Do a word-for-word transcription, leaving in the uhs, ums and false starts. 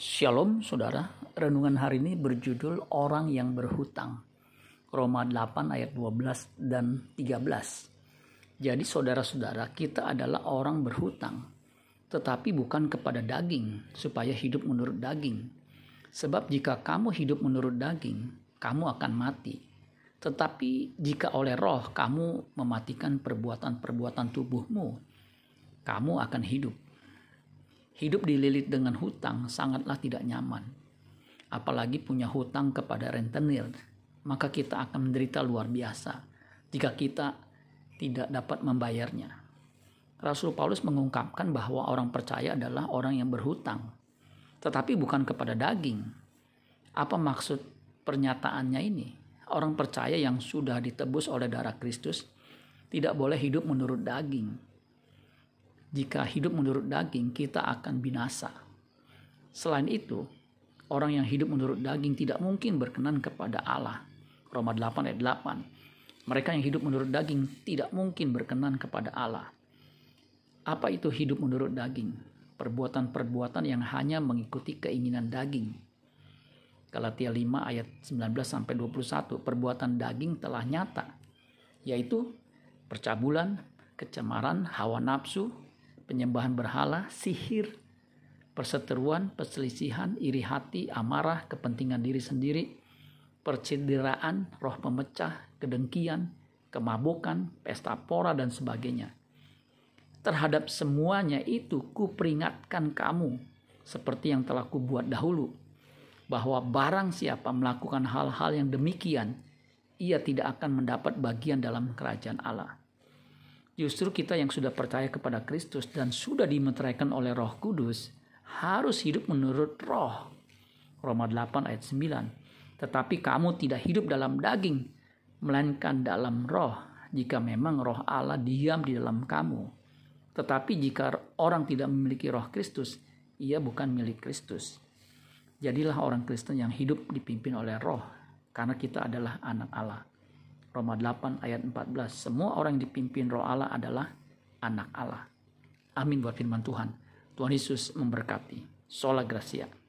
Shalom saudara, renungan hari ini berjudul Orang yang Berhutang, Roma delapan ayat dua belas dan tiga belas. Jadi saudara-saudara, kita adalah orang berhutang, tetapi bukan kepada daging, supaya hidup menurut daging. Sebab jika kamu hidup menurut daging, kamu akan mati. Tetapi jika oleh roh kamu mematikan perbuatan-perbuatan tubuhmu, kamu akan hidup. Hidup dililit dengan hutang sangatlah tidak nyaman. Apalagi punya hutang kepada rentenir, maka kita akan menderita luar biasa jika kita tidak dapat membayarnya. Rasul Paulus mengungkapkan bahwa orang percaya adalah orang yang berhutang, tetapi bukan kepada daging. Apa maksud pernyataannya ini? Orang percaya yang sudah ditebus oleh darah Kristus tidak boleh hidup menurut daging. Jika hidup menurut daging, kita akan binasa. Selain itu, orang yang hidup menurut daging tidak mungkin berkenan kepada Allah. Roma delapan ayat delapan. Mereka yang hidup menurut daging tidak mungkin berkenan kepada Allah. Apa itu hidup menurut daging? Perbuatan-perbuatan yang hanya mengikuti keinginan daging. Galatia lima ayat sembilan belas sampai dua puluh satu. Perbuatan daging telah nyata, yaitu percabulan, kecemaran, hawa nafsu, penyembahan berhala, sihir, perseteruan, perselisihan, iri hati, amarah, kepentingan diri sendiri, percideraan, roh pemecah, kedengkian, kemabukan, pesta pora, dan sebagainya. Terhadap semuanya itu kuperingatkan kamu, seperti yang telah kubuat dahulu, bahwa barang siapa melakukan hal-hal yang demikian, ia tidak akan mendapat bagian dalam kerajaan Allah. Justru kita yang sudah percaya kepada Kristus dan sudah dimeteraikan oleh Roh Kudus harus hidup menurut roh. Roma delapan ayat sembilan. Tetapi kamu tidak hidup dalam daging, melainkan dalam roh, jika memang roh Allah diam di dalam kamu. Tetapi jika orang tidak memiliki roh Kristus, ia bukan milik Kristus. Jadilah orang Kristen yang hidup dipimpin oleh roh, karena kita adalah anak Allah. Roma delapan ayat empat belas. Semua orang yang dipimpin roh Allah adalah anak Allah. Amin buat firman Tuhan. Tuhan Yesus memberkati. Sola Gracia.